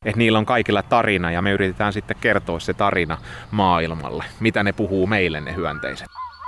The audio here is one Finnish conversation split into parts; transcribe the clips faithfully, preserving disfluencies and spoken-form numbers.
Että niillä on kaikilla tarina ja me yritetään sitten kertoa se tarina maailmalle, mitä ne puhuu meille ne hyönteiset.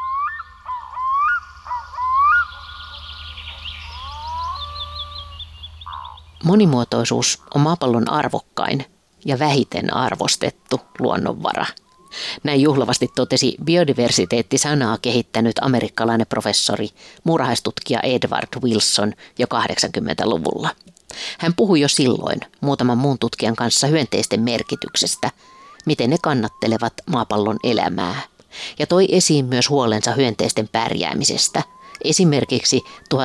Monimuotoisuus on maapallon arvokkain ja vähiten arvostettu luonnonvara. Näin juhlavasti totesi biodiversiteettisanaa kehittänyt amerikkalainen professori, muurahaistutkija Edward Wilson jo kahdeksankymmentäluvulla. Hän puhui jo silloin muutaman muun tutkijan kanssa hyönteisten merkityksestä, miten ne kannattelevat maapallon elämää, ja toi esiin myös huolensa hyönteisten pärjäämisestä, esimerkiksi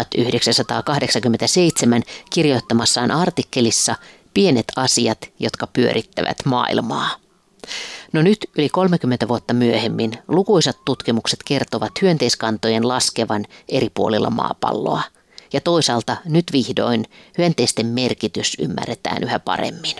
tuhatyhdeksänsataakahdeksankymmentäseitsemän kirjoittamassaan artikkelissa Pienet asiat, jotka pyörittävät maailmaa. No nyt yli kolmekymmentä vuotta myöhemmin lukuisat tutkimukset kertovat hyönteiskantojen laskevan eri puolilla maapalloa. Ja toisaalta nyt vihdoin hyönteisten merkitys ymmärretään yhä paremmin.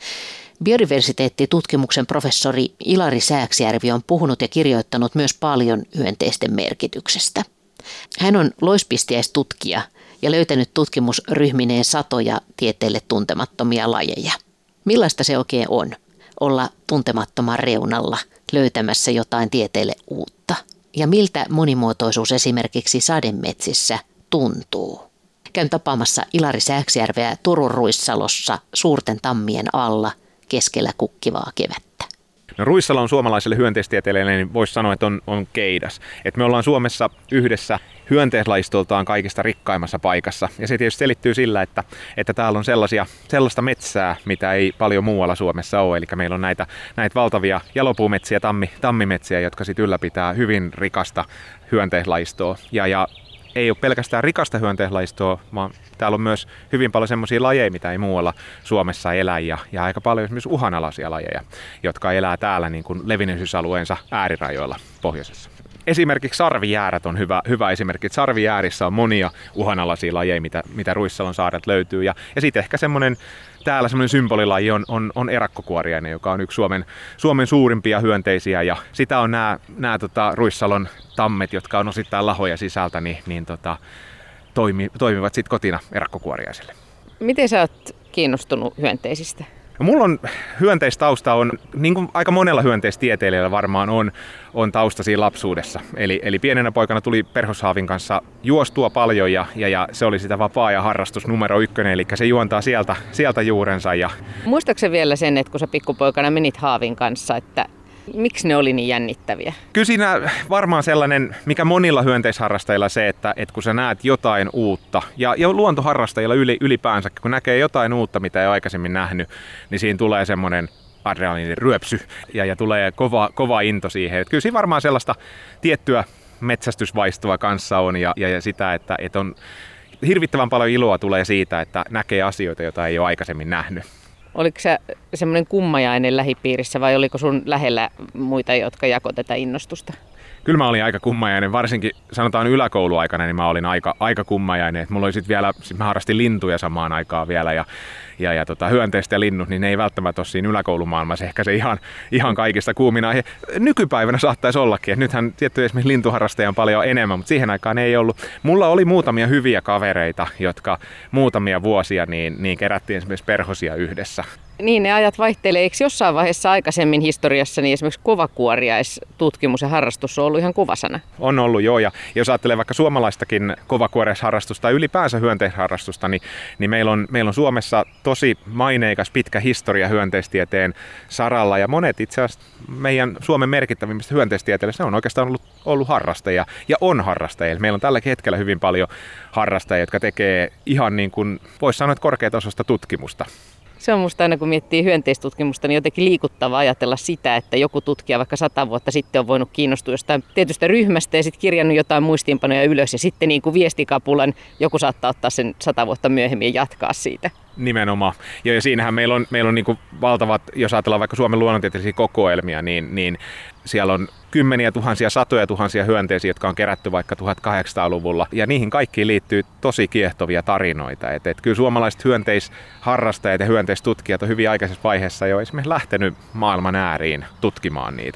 Biodiversiteettitutkimuksen professori Ilari Sääksjärvi on puhunut ja kirjoittanut myös paljon hyönteisten merkityksestä. Hän on loispistiäistutkija ja löytänyt tutkimusryhmineen satoja tieteelle tuntemattomia lajeja. Millaista se oikein on olla tuntemattoman reunalla löytämässä jotain tieteelle uutta? Ja miltä monimuotoisuus esimerkiksi sademetsissä tuntuu? Käyn tapaamassa Ilari Sääksjärveä Turun Ruissalossa suurten tammien alla keskellä kukkivaa kevättä. No, Ruissalo on suomalaiselle hyönteistieteilijälle, niin voisi sanoa, että on, on keidas. Et me ollaan Suomessa yhdessä hyönteislajistoltaan kaikista rikkaimmassa paikassa. Ja se tietysti selittyy sillä, että, että täällä on sellaisia, sellaista metsää, mitä ei paljon muualla Suomessa ole. Eli meillä on näitä, näitä valtavia jalopuumetsiä, tammi, tammimetsiä, jotka sit ylläpitää hyvin rikasta hyönteislajistoa. Ja, ja ei ole pelkästään rikasta hyönteislajistoa, vaan täällä on myös hyvin paljon semmoisia lajeja, mitä ei muualla Suomessa elä, ja, ja aika paljon myös uhanalaisia lajeja, jotka elää täällä niin kuin levinneisyysalueensa äärirajoilla pohjoisessa. Esimerkiksi sarvijäärät on hyvä, hyvä esimerkki. Sarvijäärissä on monia uhanalaisia lajeja, mitä, mitä Ruissalon saaret löytyy. Ja, ja sitten ehkä semmoinen, täällä semmoinen symbolilaji on, on, on erakkokuoriainen, joka on yksi Suomen, Suomen suurimpia hyönteisiä. Ja sitä on nämä, nämä tota, Ruissalon tammet, jotka on osittain lahoja sisältä, niin, niin tota, toimi, toimivat sitten kotina erakkokuoriaiselle. Miten sä oot kiinnostunut hyönteisistä? No, mulla on hyönteistausta, on, niin kuin aika monella hyönteistieteilijällä varmaan on, on tausta siinä lapsuudessa. Eli, eli pienenä poikana tuli perhoshaavin kanssa juostua paljon ja, ja, ja se oli sitä vapaa-ajan harrastus numero ykkönen, eli se juontaa sieltä, sieltä juurensa. Ja... Muistaaksä vielä sen, että kun sä pikkupoikana menit haavin kanssa, että miksi ne oli niin jännittäviä? Kyllä siinä varmaan sellainen, mikä monilla hyönteisharrastajilla se, että, että kun sä näet jotain uutta, ja, ja luontoharrastajilla yli, ylipäänsä, kun näkee jotain uutta, mitä ei ole aikaisemmin nähnyt, niin siinä tulee semmoinen adrenaliinin ryöpsy ja, ja tulee kova, kova into siihen. Että kyllä siinä varmaan sellaista tiettyä metsästysvaistoa kanssa on ja, ja, ja sitä, että, että on hirvittävän paljon iloa tulee siitä, että näkee asioita, joita ei ole aikaisemmin nähnyt. Oliko sä semmoinen kummajainen lähipiirissä vai oliko sun lähellä muita, jotka jakoi tätä innostusta? Kyllä mä olin aika kummajainen, varsinkin sanotaan yläkouluaikana, niin mä olin aika, aika kummajainen. Mulla oli sitten vielä, sit mä harrastin lintuja samaan aikaan vielä ja, ja, ja tota, hyönteiset ja linnut, niin ne ei välttämättä ole siinä yläkoulumaailmassa ehkä se ihan, ihan kaikista kuumin aihe. Nykypäivänä saattaisi ollakin, että nythän tietty esimerkiksi lintuharrastajia on paljon enemmän, mutta siihen aikaan ei ollut. Mulla oli muutamia hyviä kavereita, jotka muutamia vuosia niin, niin kerättiin esimerkiksi perhosia yhdessä. Niin, ne ajat vaihtelee. Eikö jossain vaiheessa aikaisemmin historiassa niin esimerkiksi kovakuoriaistutkimus ja harrastus on ollut ihan kuvasana? On ollut, joo. Ja jos ajattelee vaikka suomalaistakin kovakuoriaisharrastusta tai ylipäänsä hyönteisharrastusta, niin, niin meillä, on, meillä on Suomessa tosi maineikas pitkä historia hyönteistieteen saralla. Ja monet itse asiassa meidän Suomen merkittävimmistä hyönteistieteilijöistä on oikeastaan ollut, ollut harrastajia ja on harrastajia. Meillä on tälläkin hetkellä hyvin paljon harrastajia, jotka tekee ihan niin kuin, voisi sanoa, että korkeatasoista tutkimusta. Se on musta aina, kun miettii hyönteistutkimusta, niin jotenkin liikuttavaa ajatella sitä, että joku tutkija vaikka sata vuotta sitten on voinut kiinnostua jostain tietystä ryhmästä ja sitten kirjannut jotain muistiinpanoja ylös ja sitten niin kuin viestikapulan joku saattaa ottaa sen sata vuotta myöhemmin ja jatkaa siitä. Nimenomaan. Ja, ja siinähän meillä on, meillä on niin kuin valtavat, jos ajatellaan vaikka Suomen luonnontieteellisiä kokoelmia, niin, niin siellä on kymmeniä tuhansia, satoja tuhansia hyönteisiä, jotka on kerätty vaikka tuhatkahdeksansataaluvulla. Ja niihin kaikkiin liittyy tosi kiehtovia tarinoita. Et, et kyllä suomalaiset hyönteisharrastajat ja hyönteistutkijat on hyvin aikaisessa vaiheessa jo esimerkiksi lähtenyt maailman ääriin tutkimaan niitä.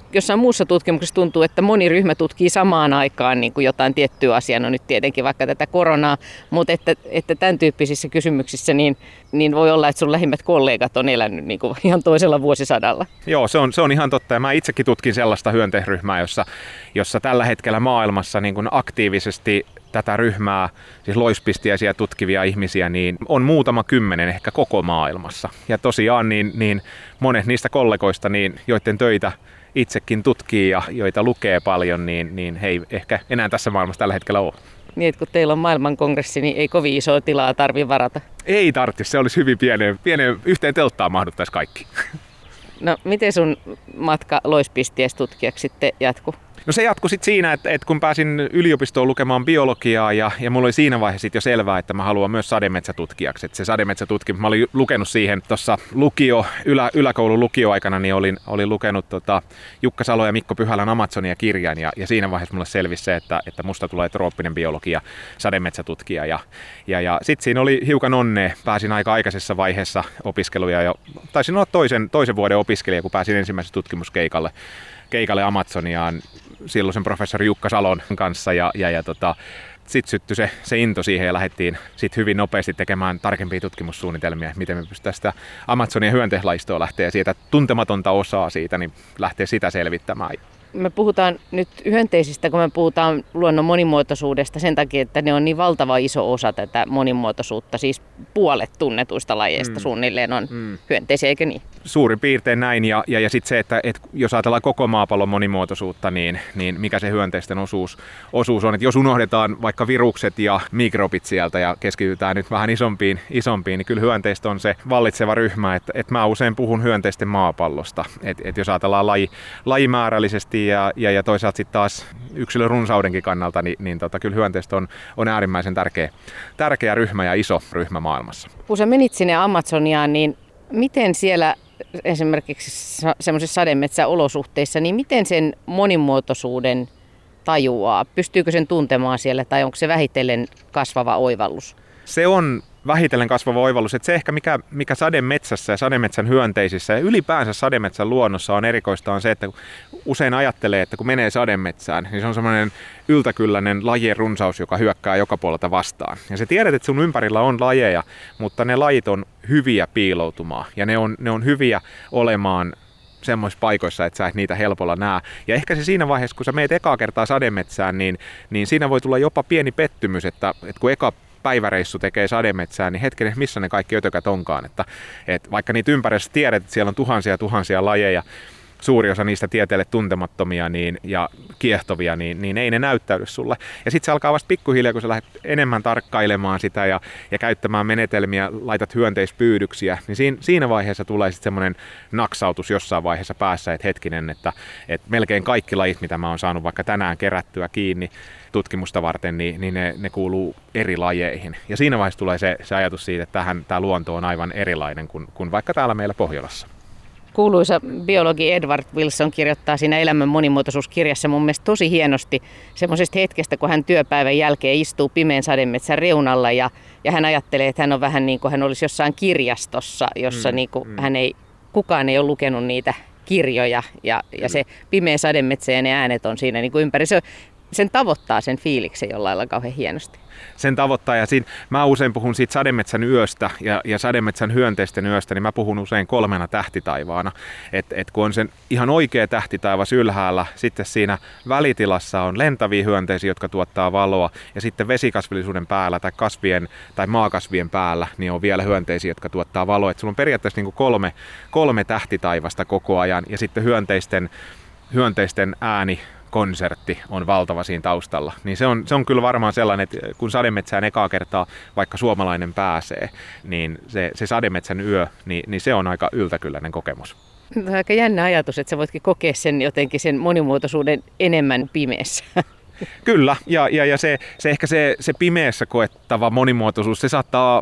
jossain muussa tutkimuksessa tuntuu, että moni ryhmä tutkii samaan aikaan niin kuin jotain tiettyä asiaa, no nyt tietenkin vaikka tätä koronaa, mutta että, että tämän tyyppisissä kysymyksissä niin, niin voi olla, että sun lähimmät kollegat on elänyt niin kuin ihan toisella vuosisadalla. Joo, se on, se on ihan totta ja mä itsekin tutkin sellaista hyönteisryhmää, jossa, jossa tällä hetkellä maailmassa niin kuin aktiivisesti tätä ryhmää, siis loispistiäisiä tutkivia ihmisiä, niin on muutama kymmenen ehkä koko maailmassa. Ja tosiaan niin, niin monet niistä kollegoista, niin, joiden töitä itsekin tutkii ja joita lukee paljon, niin, niin he ei ehkä enää tässä maailmassa tällä hetkellä ole. Niin, että kun teillä on maailmankongressi, niin ei kovin isoa tilaa tarvitse varata. Ei tarvitse, se olisi hyvin pieneen, pieneen yhteen telttaan mahduttaisi kaikki. No, miten sun matka loispistiäistutkijaksi sitten jatkuu? No se jatkui sitten siinä, että, että kun pääsin yliopistoon lukemaan biologiaa ja, ja mulla oli siinä vaiheessa sit jo selvää, että mä haluan myös sademetsätutkijaksi. Että se sademetsätutkimus, mä olin lukenut siihen tuossa lukio, ylä, yläkoulun lukioaikana, niin olin, olin lukenut tota Jukka Salo ja Mikko Pyhälän Amazonia-kirjan ja, ja siinä vaiheessa mulle selvisi se, että, että musta tulee trooppinen biologia, sademetsätutkija. Ja, ja, ja sitten siinä oli hiukan onnea, pääsin aika aikaisessa vaiheessa opiskeluja ja taisin olla toisen, toisen vuoden opiskelija, kun pääsin ensimmäisen tutkimuskeikalle keikalle Amazoniaan silloisen professori Jukka Salon kanssa ja, ja, ja tota, sitten syttyi se, se into siihen ja lähdettiin sit hyvin nopeasti tekemään tarkempia tutkimussuunnitelmia, miten me pystytään sitä Amazonia hyönteislaistoa lähteä ja siitä tuntematonta osaa siitä, niin lähteä sitä selvittämään. Me puhutaan nyt hyönteisistä, kun me puhutaan luonnon monimuotoisuudesta sen takia, että ne on niin valtava iso osa tätä monimuotoisuutta. Siis puolet tunnetuista lajeista mm. suunnilleen on mm. hyönteisiä, eikö niin? Suurin piirtein näin ja, ja, ja sitten se, että et jos ajatellaan koko maapallon monimuotoisuutta, niin, niin mikä se hyönteisten osuus, osuus on. Et jos unohdetaan vaikka virukset ja mikrobit sieltä ja keskitytään nyt vähän isompiin, isompiin niin kyllä hyönteistä on se vallitseva ryhmä. Että et mä usein puhun hyönteisten maapallosta. Et, et jos ajatellaan laji, lajimäärällisesti Ja, ja, ja toisaalta sitten taas yksilön runsaudenkin kannalta, niin, niin tota, kyllä hyönteistä on, on äärimmäisen tärkeä, tärkeä ryhmä ja iso ryhmä maailmassa. Kun sä menit sinne Amazoniaan, niin miten siellä esimerkiksi semmoisissa sademetsäolosuhteissa, niin miten sen monimuotoisuuden tajuaa? Pystyykö sen tuntemaan siellä tai onko se vähitellen kasvava oivallus? Se on vähitellen kasvava oivallus. Että se ehkä mikä, mikä sademetsässä ja sademetsän hyönteisissä ja ylipäänsä sademetsän luonnossa on erikoista on se, että usein ajattelee, että kun menee sademetsään, niin se on semmoinen yltäkylläinen lajien runsaus, joka hyökkää joka puolelta vastaan. Ja sä tiedät, että sun ympärillä on lajeja, mutta ne lajit on hyviä piiloutumaan ja ne on, ne on hyviä olemaan semmoisissa paikoissa, että sä et niitä helpolla näe. Ja ehkä se siinä vaiheessa, kun sä meet ekaa kertaa sademetsään, niin, niin siinä voi tulla jopa pieni pettymys, että, että kun eka päiväreissu tekee sademetsään, niin hetkinen, missä ne kaikki ötökät onkaan. Että, että vaikka niitä ympäristössä tiedät, että siellä on tuhansia tuhansia lajeja, suuri osa niistä tieteelle tuntemattomia niin, ja kiehtovia, niin, niin ei ne näyttäydy sulle. Ja sitten se alkaa vasta pikkuhiljaa, kun sä lähdet enemmän tarkkailemaan sitä ja, ja käyttämään menetelmiä, laitat hyönteispyydyksiä, niin siinä, siinä vaiheessa tulee sitten semmoinen naksautus jossain vaiheessa päässä, että hetkinen, että, että melkein kaikki lajit, mitä mä oon saanut vaikka tänään kerättyä kiinni tutkimusta varten, niin, niin ne, ne kuuluu eri lajeihin. Ja siinä vaiheessa tulee se, se ajatus siitä, että tähän, tämä luonto on aivan erilainen kuin, kuin vaikka täällä meillä Pohjolassa. Kuuluisa biologi Edward Wilson kirjoittaa siinä Elämän monimuotoisuuskirjassa mun mielestä tosi hienosti semmoisesta hetkestä, kun hän työpäivän jälkeen istuu pimeän sademetsän reunalla ja, ja hän ajattelee, että hän on vähän niin kuin hän olisi jossain kirjastossa, jossa mm, niin kuin mm. hän ei, kukaan ei ole lukenut niitä kirjoja ja, ja se pimeä sademetsä ja ne äänet on siinä niin kuin ympäri. Se, sen tavoittaa sen fiiliksen jollain lailla kauhean hienosti. Sen tavoittaa ja siinä, mä usein puhun siitä sademetsän yöstä ja, ja sademetsän hyönteisten yöstä, niin mä puhun usein kolmena tähtitaivaana. Että et kun on sen ihan oikea tähtitaivas ylhäällä, sitten siinä välitilassa on lentäviä hyönteisiä, jotka tuottaa valoa ja sitten vesikasvillisuuden päällä tai kasvien tai maakasvien päällä niin on vielä hyönteisiä, jotka tuottaa valoa. Et sulla on periaatteessa niin kuin kolme, kolme tähtitaivasta koko ajan ja sitten hyönteisten, hyönteisten ääni konsertti on valtava siinä taustalla, niin se on, se on kyllä varmaan sellainen, että kun sademetsään ekaa kertaa vaikka suomalainen pääsee, niin se, se sademetsän yö, niin, niin se on aika yltäkylläinen kokemus. Tämä on aika jännä ajatus, että sä voitkin kokea sen jotenkin sen monimuotoisuuden enemmän pimeässä. Kyllä, ja, ja, ja se, se ehkä se, se pimeässä koettava monimuotoisuus, se saattaa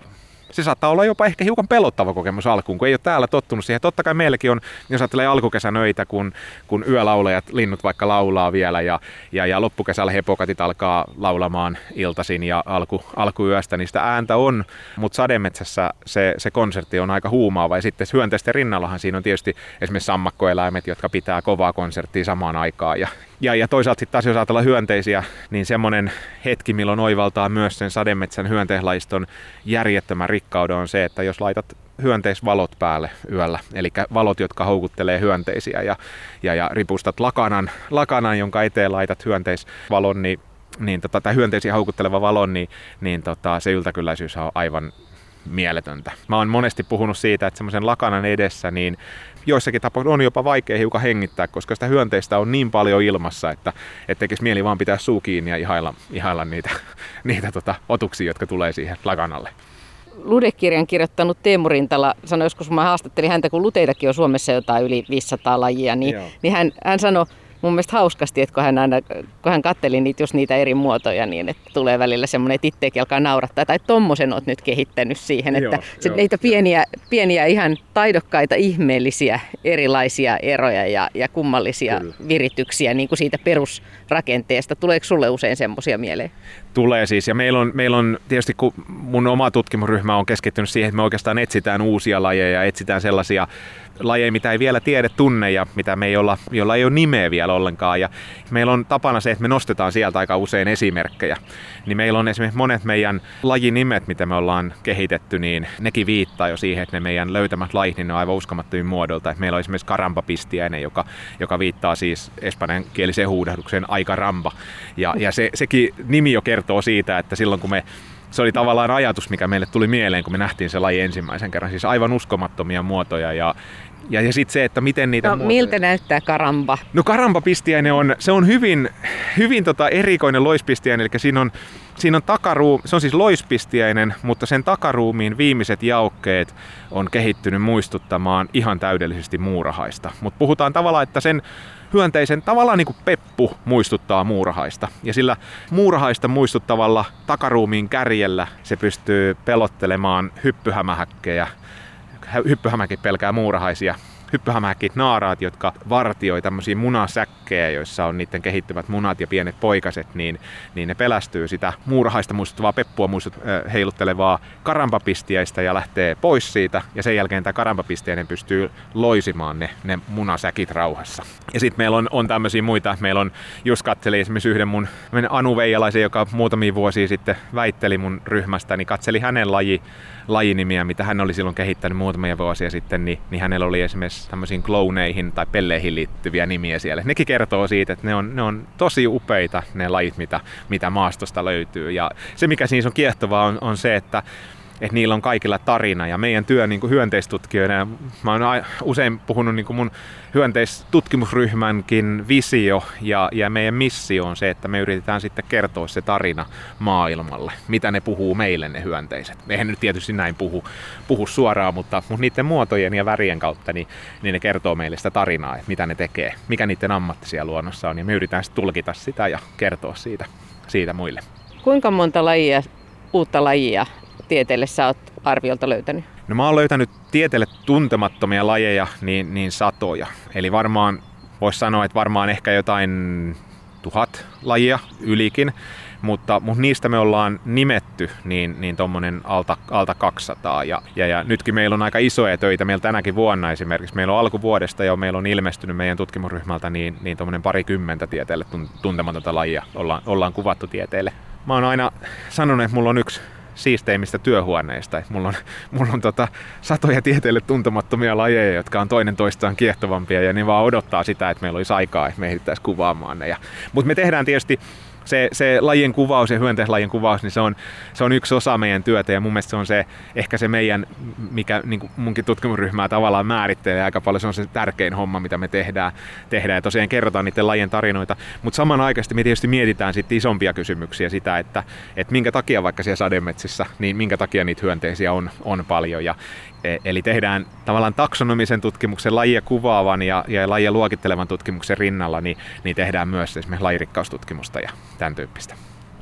se saattaa olla jopa ehkä hiukan pelottava kokemus alkuun, kun ei ole täällä tottunut siihen. Totta kai meilläkin on, jos ajattelee alkukesän öitä, kun, kun yölaulajat, linnut vaikka laulaa vielä ja, ja, ja loppukesällä hepokatit alkaa laulamaan iltaisin ja alku, alkuyöstä, niin sitä ääntä on, mutta sademetsässä se, se konsertti on aika huumaava. Ja sitten hyönteisten rinnallahan siinä on tietysti esimerkiksi sammakkoeläimet, jotka pitää kovaa konserttia samaan aikaan. Ja, ja, ja toisaalta sitten taas jos ajatellaan hyönteisiä, niin semmoinen hetki, milloin oivaltaa myös sen sademetsän hyönteislajiston järjettömän rikkauden on se, että jos laitat hyönteisvalot päälle yöllä, eli valot, jotka houkuttelee hyönteisiä ja, ja, ja ripustat lakanan, lakanan, jonka eteen laitat hyönteisvalon, niin, niin tota, tai hyönteisiä houkutteleva valon, niin, niin tota, se yltäkylläisyys on aivan mieletöntä. Mä oon monesti puhunut siitä, että semmoisen lakanan edessä niin joissakin tapauksissa on jopa vaikea hiukan hengittää, koska sitä hyönteistä on niin paljon ilmassa, että, että tekisi mieli vaan pitää suu kiinni ja ihailla, ihailla niitä, niitä tota, otuksia, jotka tulee siihen lakanalle. Ludekirjan kirjoittanut Teemu Rintala sanoi joskus, kun mä haastattelin häntä, kun luteitakin on Suomessa jotain yli viisisataa lajia, niin, niin hän, hän sanoi mun mielestä hauskasti, että kun hän, aina, kun hän katteli niitä, just niitä eri muotoja, niin että tulee välillä semmoinen, että itsekin alkaa naurattaa. Tai tommosen oot nyt kehittänyt siihen, että joo, se, joo, niitä pieniä, pieniä ihan taidokkaita, ihmeellisiä, erilaisia eroja ja, ja kummallisia Kyllä. virityksiä niin kuin siitä perusrakenteesta. Tuleeko sulle usein semmoisia mieleen? Tulee siis, ja meillä on, meillä on tietysti, kun mun oma tutkimusryhmä on keskittynyt siihen, että me oikeastaan etsitään uusia lajeja ja etsitään sellaisia lajeja, mitä ei vielä tiede, tunne ja mitä me ei olla, jolla ei ole nimeä vielä ollenkaan. Ja meillä on tapana se, että me nostetaan sieltä aika usein esimerkkejä. Niin meillä on esimerkiksi monet meidän lajinimet, mitä me ollaan kehitetty, niin nekin viittaa jo siihen, että ne meidän löytämät lajit, niin ne on aivan uskomattomia muodolta. Meillä on esimerkiksi karambapistiäinen, joka, joka viittaa siis espanjankieliseen huudahdukseen aikaramba. Ja, ja se, sekin nimi jo kertoo siitä, että silloin kun me se oli tavallaan ajatus, mikä meille tuli mieleen, kun me nähtiin se laji ensimmäisen kerran. Siis aivan uskomattomia muotoja ja Ja, ja sitten se, että miten niitä... No, muotoja... miltä näyttää karamba? No karambapistiäinen on, se on hyvin, hyvin tota erikoinen loispistiäinen, eli siinä on, siinä on takaruu, se on siis loispistiäinen, mutta sen takaruumiin viimeiset jaokkeet on kehittynyt muistuttamaan ihan täydellisesti muurahaista. Mutta puhutaan tavallaan, että sen hyönteisen tavallaan niin kuin peppu muistuttaa muurahaista. Ja sillä muurahaista muistuttavalla takaruumiin kärjellä se pystyy pelottelemaan hyppyhämähäkkejä. Hyppyhämähäkit pelkää muurahaisia. Hyppyhämähäkit naaraat, jotka vartioi tämmöisiä munasäkkejä, joissa on niiden kehittyvät munat ja pienet poikaset, niin, niin ne pelästyy sitä muurahaista muistuttavaa peppua muistut, äh, heiluttelevaa karambapistiäistä ja lähtee pois siitä. Ja sen jälkeen tämä karambapistiäinen pystyy loisimaan ne, ne munasäkit rauhassa. Ja sitten meillä on, on tämmöisiä muita. Meillä on, just katselin esimerkiksi yhden mun Anu Veijalaisen, joka muutamia vuosia sitten väitteli mun ryhmästä, niin katseli hänen laji, lajinimiä, mitä hän oli silloin kehittänyt muutamia vuosia sitten, niin, niin hänellä oli esimerkiksi tämmöisiin klooneihin tai pelleihin liittyviä nimiä siellä. Nekin kertoo siitä, että ne on, ne on tosi upeita ne lajit, mitä, mitä maastosta löytyy. Ja se, mikä siinä on kiehtovaa, on, on se, että että niillä on kaikilla tarina. Ja meidän työ niin kuin hyönteistutkijoina, mä oon usein puhunut niin kuin mun hyönteistutkimusryhmänkin visio ja, ja meidän missio on se, että me yritetään sitten kertoa se tarina maailmalle, mitä ne puhuu meille ne hyönteiset. Eihän nyt tietysti näin puhu, puhu suoraan, mutta, mutta niiden muotojen ja värien kautta niin, niin ne kertoo meille sitä tarinaa, että mitä ne tekee, mikä niiden ammatti siellä luonnossa on. Ja me yritetään sitten tulkita sitä ja kertoa siitä, siitä muille. Kuinka monta lajia, uutta lajia tieteelle sä oot arviolta löytänyt? No mä oon löytänyt tieteelle tuntemattomia lajeja niin, niin satoja. Eli varmaan voisi sanoa, että varmaan ehkä jotain tuhat lajia ylikin, mutta, mutta niistä me ollaan nimetty niin, niin tommonen alta, alta kaksisataa. Ja, ja, ja nytkin meillä on aika isoja töitä. Meillä tänäkin vuonna esimerkiksi, meillä on alkuvuodesta jo, meillä on ilmestynyt meidän tutkimusryhmältä niin, niin tommonen parikymmentä tieteelle tuntematonta lajia ollaan, ollaan kuvattu tieteelle. Mä oon aina sanonut, että mulla on yksi siisteimmistä työhuoneista. Mulla on, mulla on tota, satoja tieteelle tuntemattomia lajeja, jotka on toinen toistaan kiehtovampia ja ne vaan odottaa sitä, että meillä olisi aikaa, että me ehdittäisiin kuvaamaan ne. Mutta me tehdään tietysti se, se lajien kuvaus ja hyönteislajien kuvaus, niin se on, se on yksi osa meidän työtä ja mun mielestä se on se, ehkä se meidän, mikä niin kuin munkin tutkimusryhmää tavallaan määrittelee aika paljon, se on se tärkein homma, mitä me tehdään, tehdään ja tosiaan kerrotaan niiden lajien tarinoita, mutta samanaikaisesti me tietysti mietitään sitten isompia kysymyksiä sitä, että, että minkä takia vaikka siellä sademetsissä, niin minkä takia niitä hyönteisiä on, on paljon ja eli tehdään tavallaan taksonomisen tutkimuksen, lajia kuvaavan ja, ja lajia luokittelevan tutkimuksen rinnalla, niin, niin tehdään myös esimerkiksi lajirikkaustutkimusta ja tämän tyyppistä.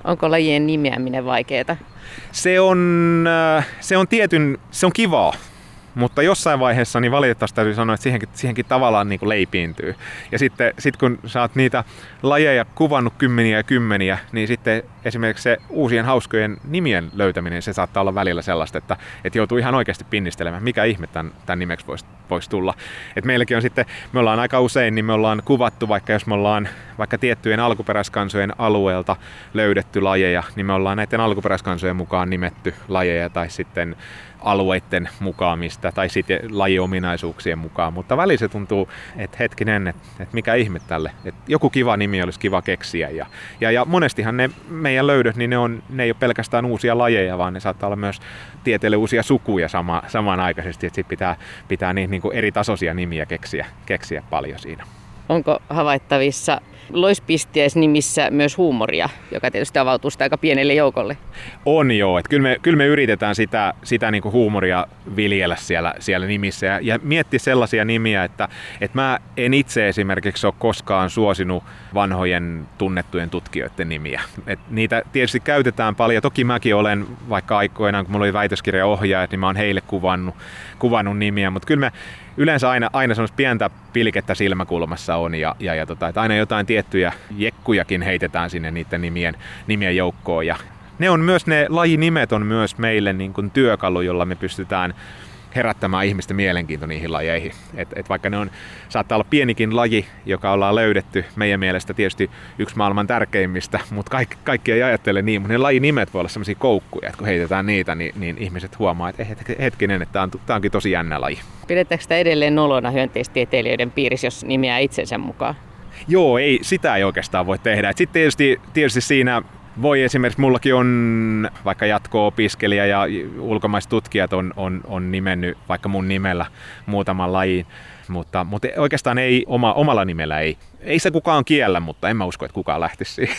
Onko lajien nimeäminen vaikeaa? Se on, se on tietyn, se on kivaa. Mutta jossain vaiheessa niin valitettavasti täytyy sanoa, että siihenkin, siihenkin tavallaan niin kuin leipiintyy. Ja sitten sit kun sä oot niitä lajeja kuvannut kymmeniä ja kymmeniä, niin sitten esimerkiksi se uusien hauskojen nimien löytäminen, se saattaa olla välillä sellaista, että, että joutuu ihan oikeasti pinnistelemään, mikä ihme tämän, tämän nimeksi voisi, voisi tulla. Et meilläkin on sitten, me ollaan aika usein, niin me ollaan kuvattu, vaikka jos me ollaan vaikka tiettyjen alkuperäiskansojen alueelta löydetty lajeja, niin me ollaan näiden alkuperäiskansojen mukaan nimetty lajeja tai sitten alueiden mukaamista tai sitten lajiominaisuuksien mukaan, mutta välillä se tuntuu, että hetkinen, että, että mikä ihme tälle, että joku kiva nimi olisi kiva keksiä ja, ja, ja monestihan ne meidän löydöt, niin ne, on, ne ei ole pelkästään uusia lajeja, vaan ne saattaa olla myös tieteelle uusia sukuja sama, samanaikaisesti, että sitten pitää, pitää niin, niin kuin eri tasoisia nimiä keksiä, keksiä paljon siinä. Onko havaittavissa loispistiäisnimissä myös huumoria, joka tietysti avautuu sitä aika pienelle joukolle? On joo, että kyllä me, kyllä me yritetään sitä, sitä niin kuin huumoria viljellä siellä, siellä nimissä ja, ja miettiä sellaisia nimiä, että, että mä en itse esimerkiksi ole koskaan suosinut vanhojen tunnettujen tutkijoiden nimiä. Et niitä tietysti käytetään paljon. Toki mäkin olen vaikka aikoinaan, kun mulla oli väitöskirjaohjaajat, niin mä oon heille kuvannut, kuvannut nimiä, mutta kyllä me yleensä aina, aina semmoista pientä pilkettä silmäkulmassa on ja, ja, ja tota, että aina jotain tiettyjä jekkujakin heitetään sinne niiden nimien, nimien joukkoon. Ja ne on myös, ne lajinimet on myös meille niin kuin työkalu, jolla me pystytään herättämään ihmisten mielenkiinto niihin lajeihin. Et, et vaikka ne on, saattaa olla pienikin laji, joka ollaan löydetty meidän mielestä tietysti yksi maailman tärkeimmistä, mutta kaikki, kaikki ei ajattele niin, mutta ne lajinimet voi olla sellaisia koukkuja, että kun heitetään niitä, niin, niin ihmiset huomaa, että hetkinen, että tämä on, tämä onkin tosi jännä laji. Pidetäänkö sitä edelleen nolona hyönteistieteilijöiden piirissä, jos nimeää itsensä mukaan? Joo, ei, sitä ei oikeastaan voi tehdä. Sitten tietysti, tietysti siinä voi esimerkiksi, mullakin on vaikka jatko-opiskelija ja ulkomaiset tutkijat on, on, on nimennyt vaikka mun nimellä muutaman lajin, mutta, mutta oikeastaan ei oma, omalla nimellä ei. Ei se kukaan kiellä, mutta en mä usko, että kukaan lähtisi siihen.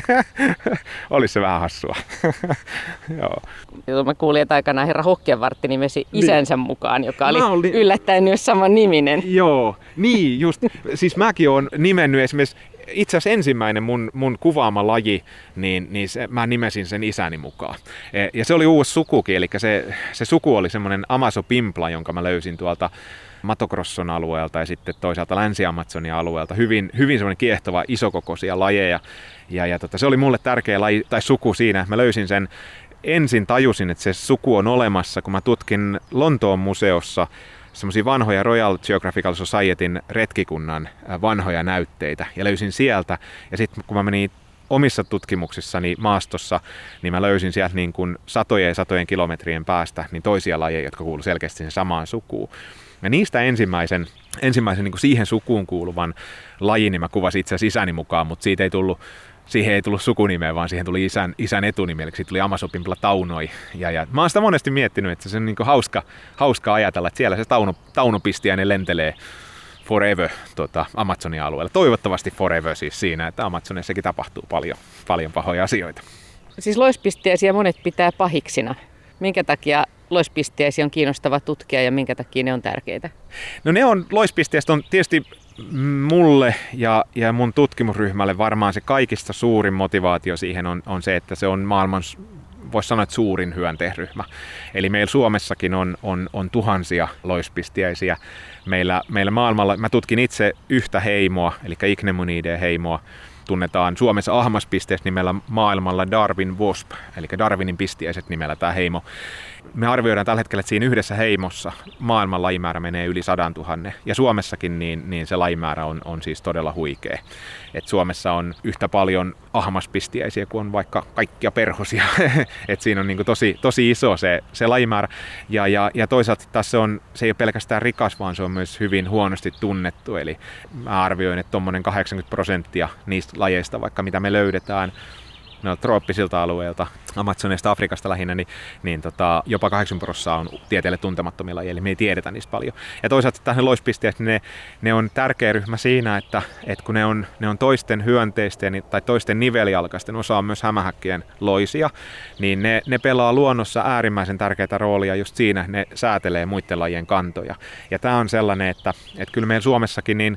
Olisi se vähän hassua. Joo. Mä kuulin, että aikanaan herra Hokkienvartti nimesi isänsä mukaan, joka oli olin yllättäen myös saman niminen. Joo, niin just. Siis mäkin olen nimennyt esimerkiksi itse asiassa ensimmäinen mun, mun kuvaama laji, niin, niin se, mä nimesin sen isäni mukaan. E, ja se oli uusi sukukin, eli se, se suku oli semmoinen Amazopimpla, jonka mä löysin tuolta Mato Grosson alueelta ja sitten toisaalta Länsi-Amazonia alueelta. Hyvin, hyvin semmoinen kiehtova, isokokoisia lajeja. Ja, ja tota, se oli mulle tärkeä laji, tai suku siinä, että mä löysin sen. Ensin tajusin, että se suku on olemassa, kun mä tutkin Lontoon museossa semmoisia vanhoja Royal Geographical Societyn retkikunnan vanhoja näytteitä ja löysin sieltä. Ja sitten kun mä menin omissa tutkimuksissani maastossa, niin mä löysin sieltä niin kuin satojen ja satojen kilometrien päästä niin toisia lajeja, jotka kuuluivat selkeästi sen samaan sukuun. Ja niistä ensimmäisen, ensimmäisen niin kuin siihen sukuun kuuluvan lajin niin mä kuvasin itse asiassa isäni mukaan, mutta siitä ei tullut Siihen ei tullut sukunimeä, vaan siihen tuli isän, isän etunimi, eli siitä tuli Amazopimpla taunoi. Ja, ja mä oon sitä monesti miettinyt, että se on niin kuin hauska, hauska ajatella, että siellä se tauno, taunopistiäinen lentelee forever tota, Amazonin alueella. Toivottavasti forever siis siinä, että Amazonissakin tapahtuu paljon, paljon pahoja asioita. Siis loispistiäisiä monet pitää pahiksina. Minkä takia loispistiäisiä on kiinnostava tutkia ja minkä takia ne on tärkeitä? No ne on, loispistiäiset on tietysti mulle ja, ja mun tutkimusryhmälle varmaan se kaikista suurin motivaatio siihen on, on se, että se on maailman, voisi sanoa, että suurin hyönteisryhmä. Eli meillä Suomessakin on, on, on tuhansia loispistiäisiä. Meillä, meillä maailmalla, mä tutkin itse yhtä heimoa, eli Ichneumonidae heimoa. Tunnetaan Suomessa ahmaspisteessä nimellä maailmalla Darwin Wasp, eli Darwinin pistiäiset nimellä tämä heimo. Me arvioidaan tällä hetkellä, että siinä yhdessä heimossa maailman lajimäärä menee yli sadan tuhannen. Ja Suomessakin niin, niin se lajimäärä on, on siis todella huikea. Et Suomessa on yhtä paljon ahmaspistiäisiä kuin on vaikka kaikkia perhosia. Et siinä on niin kuin tosi, tosi iso se, se lajimäärä. Ja, ja, ja toisaalta taas se, on, se ei ole pelkästään rikas, vaan se on myös hyvin huonosti tunnettu. Eli mä arvioin, että tuommoinen kahdeksankymmentä prosenttia niistä lajeista, vaikka mitä me löydetään, no, trooppisilta alueilta, Amazonista, Afrikasta lähinnä, niin, niin tota, jopa kahdeksankymmentä prosenttia on tieteelle tuntemattomilla lajeilla, eli me ei tiedetä niistä paljon. Ja toisaalta tähän loispisteet, niin ne, ne on tärkeä ryhmä siinä, että, että kun ne on, ne on toisten hyönteisten tai toisten nivelijalkaisten, osa on myös hämähäkkien loisia, niin ne, ne pelaa luonnossa äärimmäisen tärkeää roolia just siinä, ne säätelee muiden lajien kantoja. Ja tämä on sellainen, että, että kyllä meillä Suomessakin niin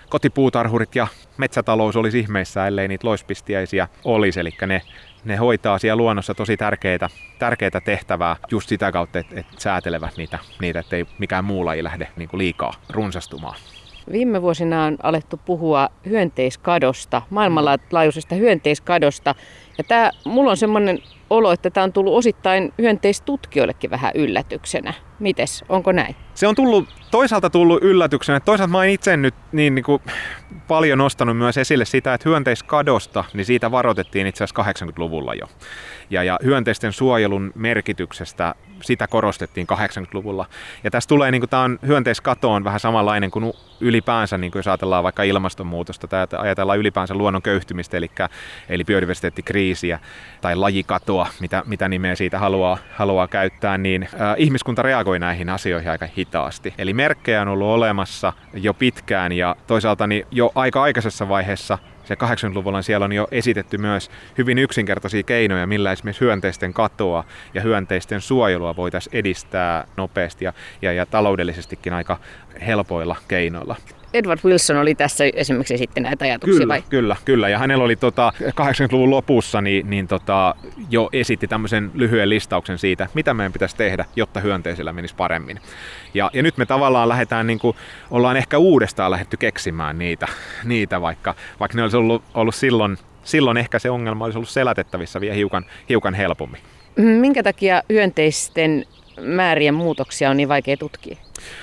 kotipuutarhurit ja metsätalous olisi ihmeissä, ellei niitä loispistiäisiä olisi. Eli ne, ne hoitaa siellä luonnossa tosi tärkeitä, tärkeitä tehtävää just sitä kautta, että, että säätelevät niitä, niitä, ettei mikään muu laji lähde niin kuin liikaa runsastumaan. Viime vuosina on alettu puhua hyönteiskadosta, maailmanlaajuisesta hyönteiskadosta. Ja tää, mulla on semmoinen olo, että tämä on tullut osittain hyönteistutkijoillekin vähän yllätyksenä. Mites, onko näin? Se on tullut, toisaalta tullut yllätyksenä. Toisaalta mä oon itse nyt niin, niin kuin paljon nostanut myös esille sitä, että hyönteiskadosta, niin siitä varoitettiin itse asiassa kahdeksankymmentäluvulla jo. Ja, ja hyönteisten suojelun merkityksestä sitä korostettiin kahdeksankymmentäluvulla. Ja tässä tulee, niin kuin tämä on, hyönteiskato on vähän samanlainen kuin ylipäänsä, niin kuin jos ajatellaan vaikka ilmastonmuutosta tai ajatellaan ylipäänsä luonnon köyhtymistä, eli, eli biodiversiteettikriisiä tai lajikatoa, mitä, mitä nimeä siitä haluaa, haluaa käyttää, niin äh, ihmiskunta reagoi näihin asioihin aika hitaasti. Eli merkkejä on ollut olemassa jo pitkään ja toisaalta niin jo aika aikaisessa vaiheessa se kahdeksankymmentäluvulla siellä on jo esitetty myös hyvin yksinkertaisia keinoja, millä esimerkiksi hyönteisten katoa ja hyönteisten suojelua voitaisiin edistää nopeasti ja, ja, ja taloudellisestikin aika helpoilla keinoilla. Edward Wilson oli tässä esimerkiksi sitten näitä ajatuksia kyllä, vai? Kyllä, kyllä. Ja hänellä oli tota, kahdeksankymmentäluvun lopussa niin, niin tota, jo esitti tämmöisen lyhyen listauksen siitä, mitä meidän pitäisi tehdä, jotta hyönteisillä menisi paremmin. Ja, ja nyt me tavallaan lähdetään, niin kuin, ollaan ehkä uudestaan lähdetty keksimään niitä, niitä vaikka, vaikka ne olisi ollut, ollut silloin, silloin ehkä se ongelma olisi ollut selätettävissä vielä hiukan, hiukan helpommin. Minkä takia hyönteisten määrien muutoksia on niin vaikea tutkia?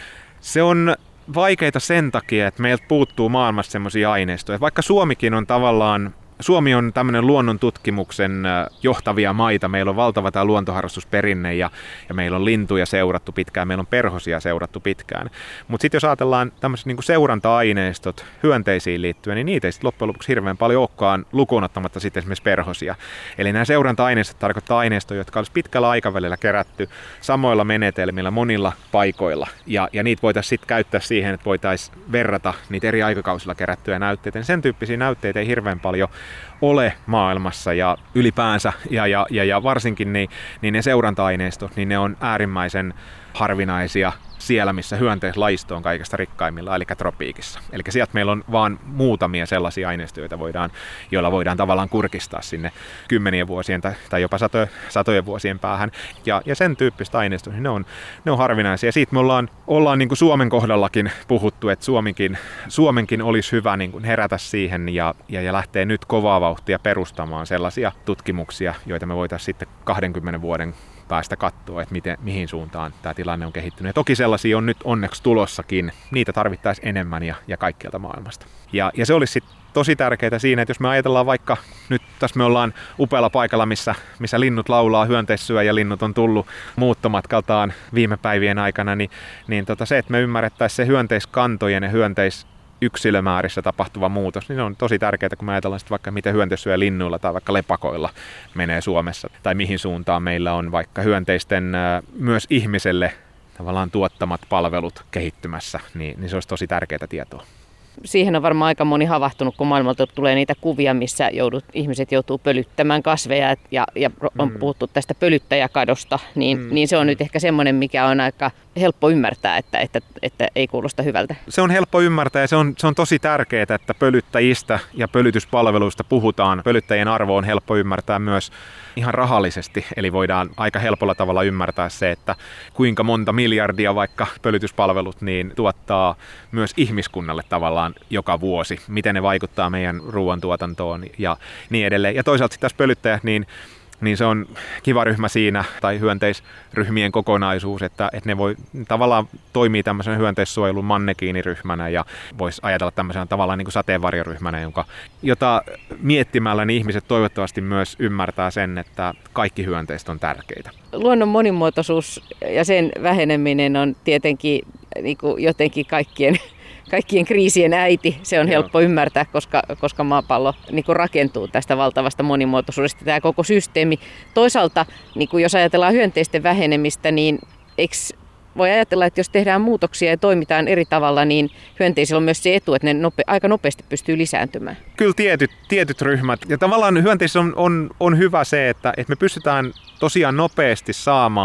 Se on vaikeita sen takia, että meiltä puuttuu maailmasta semmoisia aineistoja. Vaikka Suomikin on tavallaan, Suomi on tämmöinen luonnontutkimuksen johtavia maita. Meillä on valtava tämä luontoharrastusperinne ja, ja meillä on lintuja seurattu pitkään, meillä on perhosia seurattu pitkään. Mutta sitten jos ajatellaan tämmöiset niinku seuranta-aineistot hyönteisiin liittyen, niin niitä ei sitten loppujen lopuksi hirveän paljon olekaan lukuun ottamatta sitten esimerkiksi perhosia. Eli nämä seuranta-aineistot tarkoittaa aineistoja, jotka olisi pitkällä aikavälillä kerätty samoilla menetelmillä monilla paikoilla. Ja, ja niitä voitaisiin sitten käyttää siihen, että voitaisiin verrata niitä eri aikakausilla kerättyjä näytteitä. Sen tyyppisiä näytteitä ei hirveän paljon ole maailmassa ja ylipäänsä ja, ja, ja, ja varsinkin niin, niin ne seuranta-aineistot, niin ne on äärimmäisen harvinaisia siellä, missä hyönteislajisto on kaikista rikkaimmilla, eli tropiikissa. Eli sieltä meillä on vaan muutamia sellaisia aineistoja, joita voidaan, joilla voidaan tavallaan kurkistaa sinne kymmenien vuosien tai, tai jopa sato, satojen vuosien päähän. Ja, ja sen tyyppistä aineistoa, niin ne on, ne on harvinaisia. Siitä me ollaan, ollaan niin kuin Suomen kohdallakin puhuttu, että Suomenkin, Suomenkin olisi hyvä niin kuin herätä siihen ja, ja, ja lähteä nyt kovaa vauhtia perustamaan sellaisia tutkimuksia, joita me voitaisiin sitten kahdenkymmenen vuoden päästä katsoa, että miten, mihin suuntaan tämä tilanne on kehittynyt. Ja toki sellaisia on nyt onneksi tulossakin. Niitä tarvittaisiin enemmän ja, ja kaikkialta maailmasta. Ja, ja se olisi sitten tosi tärkeää siinä, että jos me ajatellaan vaikka, nyt tässä me ollaan upealla paikalla, missä, missä linnut laulaa, hyönteissyö ja linnut on tullut muuttomatkaltaan viime päivien aikana, niin, niin tota se, että me ymmärrettäisiin se hyönteiskantojen ja hyönteis yksilömäärissä tapahtuva muutos, niin on tosi tärkeää, kun me ajatellaan sitten vaikka miten hyönteissyöjä linnuilla tai vaikka lepakoilla menee Suomessa, tai mihin suuntaan meillä on vaikka hyönteisten myös ihmiselle tavallaan tuottamat palvelut kehittymässä, niin, niin se olisi tosi tärkeää tietoa. Siihen on varmaan aika moni havahtunut, kun maailmalta tulee niitä kuvia, missä joudut, ihmiset joutuu pölyttämään kasveja ja, ja on mm. puhuttu tästä pölyttäjäkadosta, niin, mm. niin se on nyt ehkä semmoinen, mikä on aika helppo ymmärtää, että, että, että ei kuulosta hyvältä. Se on helppo ymmärtää ja se on, se on tosi tärkeää, että pölyttäjistä ja pölytyspalveluista puhutaan. Pölyttäjien arvo on helppo ymmärtää myös ihan rahallisesti, eli voidaan aika helpolla tavalla ymmärtää se, että kuinka monta miljardia vaikka pölytyspalvelut niin tuottaa myös ihmiskunnalle tavallaan joka vuosi, miten ne vaikuttaa meidän ruoantuotantoon ja niin edelleen. Ja toisaalta sitten taas pölyttäjät, niin niin se on kiva ryhmä siinä, tai hyönteisryhmien kokonaisuus, että, että ne voi tavallaan toimii tämmöisen hyönteissuojelun mannekiiniryhmänä ja voisi ajatella tämmöisenä tavallaan niin kuin sateenvarjoryhmänä, jonka, jota miettimällä niin ihmiset toivottavasti myös ymmärtää sen, että kaikki hyönteiset on tärkeitä. Luonnon monimuotoisuus ja sen väheneminen on tietenkin niin kuin jotenkin kaikkien Kaikkien kriisien äiti, se on Joo. helppo ymmärtää, koska, koska maapallo niin kuin rakentuu tästä valtavasta monimuotoisuudesta, tämä koko systeemi. Toisaalta, niin kuin jos ajatellaan hyönteisten vähenemistä, niin eikö voi ajatella, että jos tehdään muutoksia ja toimitaan eri tavalla, niin hyönteisillä on myös se etu, että ne nope, aika nopeasti pystyy lisääntymään. Kyllä tietyt, tietyt ryhmät. Ja tavallaan hyönteisissä on, on, on hyvä se, että, että me pystytään tosiaan nopeasti saamaan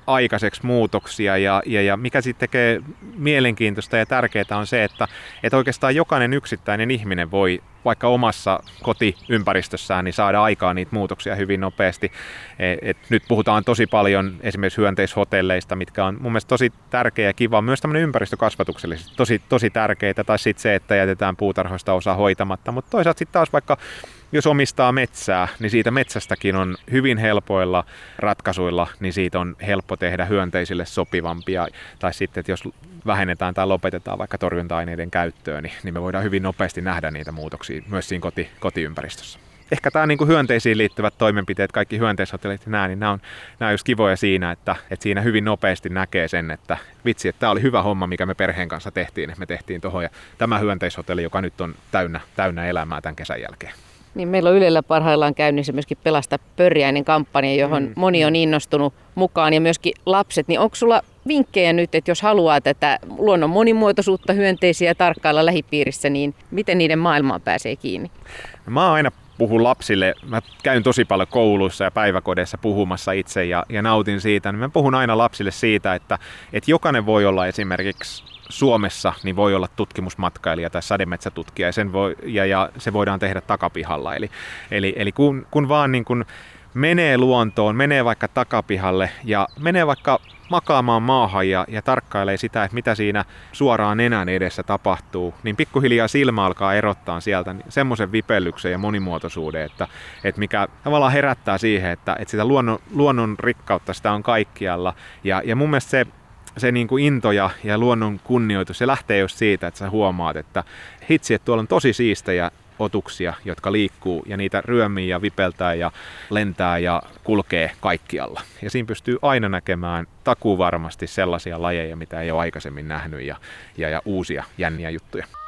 aikaiseksi muutoksia ja, ja, ja mikä sitten tekee mielenkiintoista ja tärkeää on se, että, että oikeastaan jokainen yksittäinen ihminen voi vaikka omassa kotiympäristössään niin saada aikaan niitä muutoksia hyvin nopeasti. Et, et nyt puhutaan tosi paljon esimerkiksi hyönteishotelleista, mitkä on mun mielestä tosi tärkeä ja kiva, myös tämmöinen ympäristökasvatuksellisesti tosi, tosi tärkeää, tai sitten se, että jätetään puutarhoista osa hoitamatta, mutta toisaalta sitten taas vaikka jos omistaa metsää, niin siitä metsästäkin on hyvin helpoilla ratkaisuilla, niin siitä on helppo tehdä hyönteisille sopivampia. Tai sitten, että jos vähennetään tai lopetetaan vaikka torjunta-aineiden käyttöön, niin, niin me voidaan hyvin nopeasti nähdä niitä muutoksia myös siinä koti, kotiympäristössä. Ehkä tämä niin kuin hyönteisiin liittyvät toimenpiteet, kaikki hyönteishotellit ja nämä, niin nämä on, nämä on just kivoja siinä, että, että siinä hyvin nopeasti näkee sen, että vitsi, että tämä oli hyvä homma, mikä me perheen kanssa tehtiin, että me tehtiin tuohon ja tämä hyönteishotelli, joka nyt on täynnä, täynnä elämää tämän kesän jälkeen. Niin meillä on Ylellä parhaillaan käynnissä myöskin Pelasta pörjäinen -kampanja, johon mm. moni on innostunut mukaan ja myöskin lapset. Niin onko sulla vinkkejä nyt, että jos haluaa tätä luonnon monimuotoisuutta, hyönteisiä tarkkailla lähipiirissä, niin miten niiden maailmaan pääsee kiinni? Mä oon aina puhun lapsille, mä käyn tosi paljon kouluissa ja päiväkodeissa puhumassa itse ja, ja nautin siitä, niin mä puhun aina lapsille siitä, että, että jokainen voi olla esimerkiksi Suomessa niin voi olla tutkimusmatkailija tai sademetsätutkija ja, sen voi, ja, ja se voidaan tehdä takapihalla. Eli, eli, eli kun, kun vaan niin kun menee luontoon, menee vaikka takapihalle ja menee vaikka makaamaan maahan ja, ja tarkkailee sitä, että mitä siinä suoraan nenän edessä tapahtuu, niin pikkuhiljaa silmä alkaa erottaa sieltä semmoisen vipellyksen ja monimuotoisuuden, että, että mikä tavallaan herättää siihen, että, että sitä luonnon, luonnon rikkautta sitä on kaikkialla. Ja, ja mun mielestä se se niin kuin into ja, ja luonnon kunnioitus, se lähtee just siitä, että sä huomaat, että hitsi, että tuolla on tosi siistejä otuksia, jotka liikkuu ja niitä ryömii ja vipeltää ja lentää ja kulkee kaikkialla. Ja siinä pystyy aina näkemään takuvarmasti sellaisia lajeja, mitä ei ole aikaisemmin nähnyt ja, ja, ja uusia jänniä juttuja.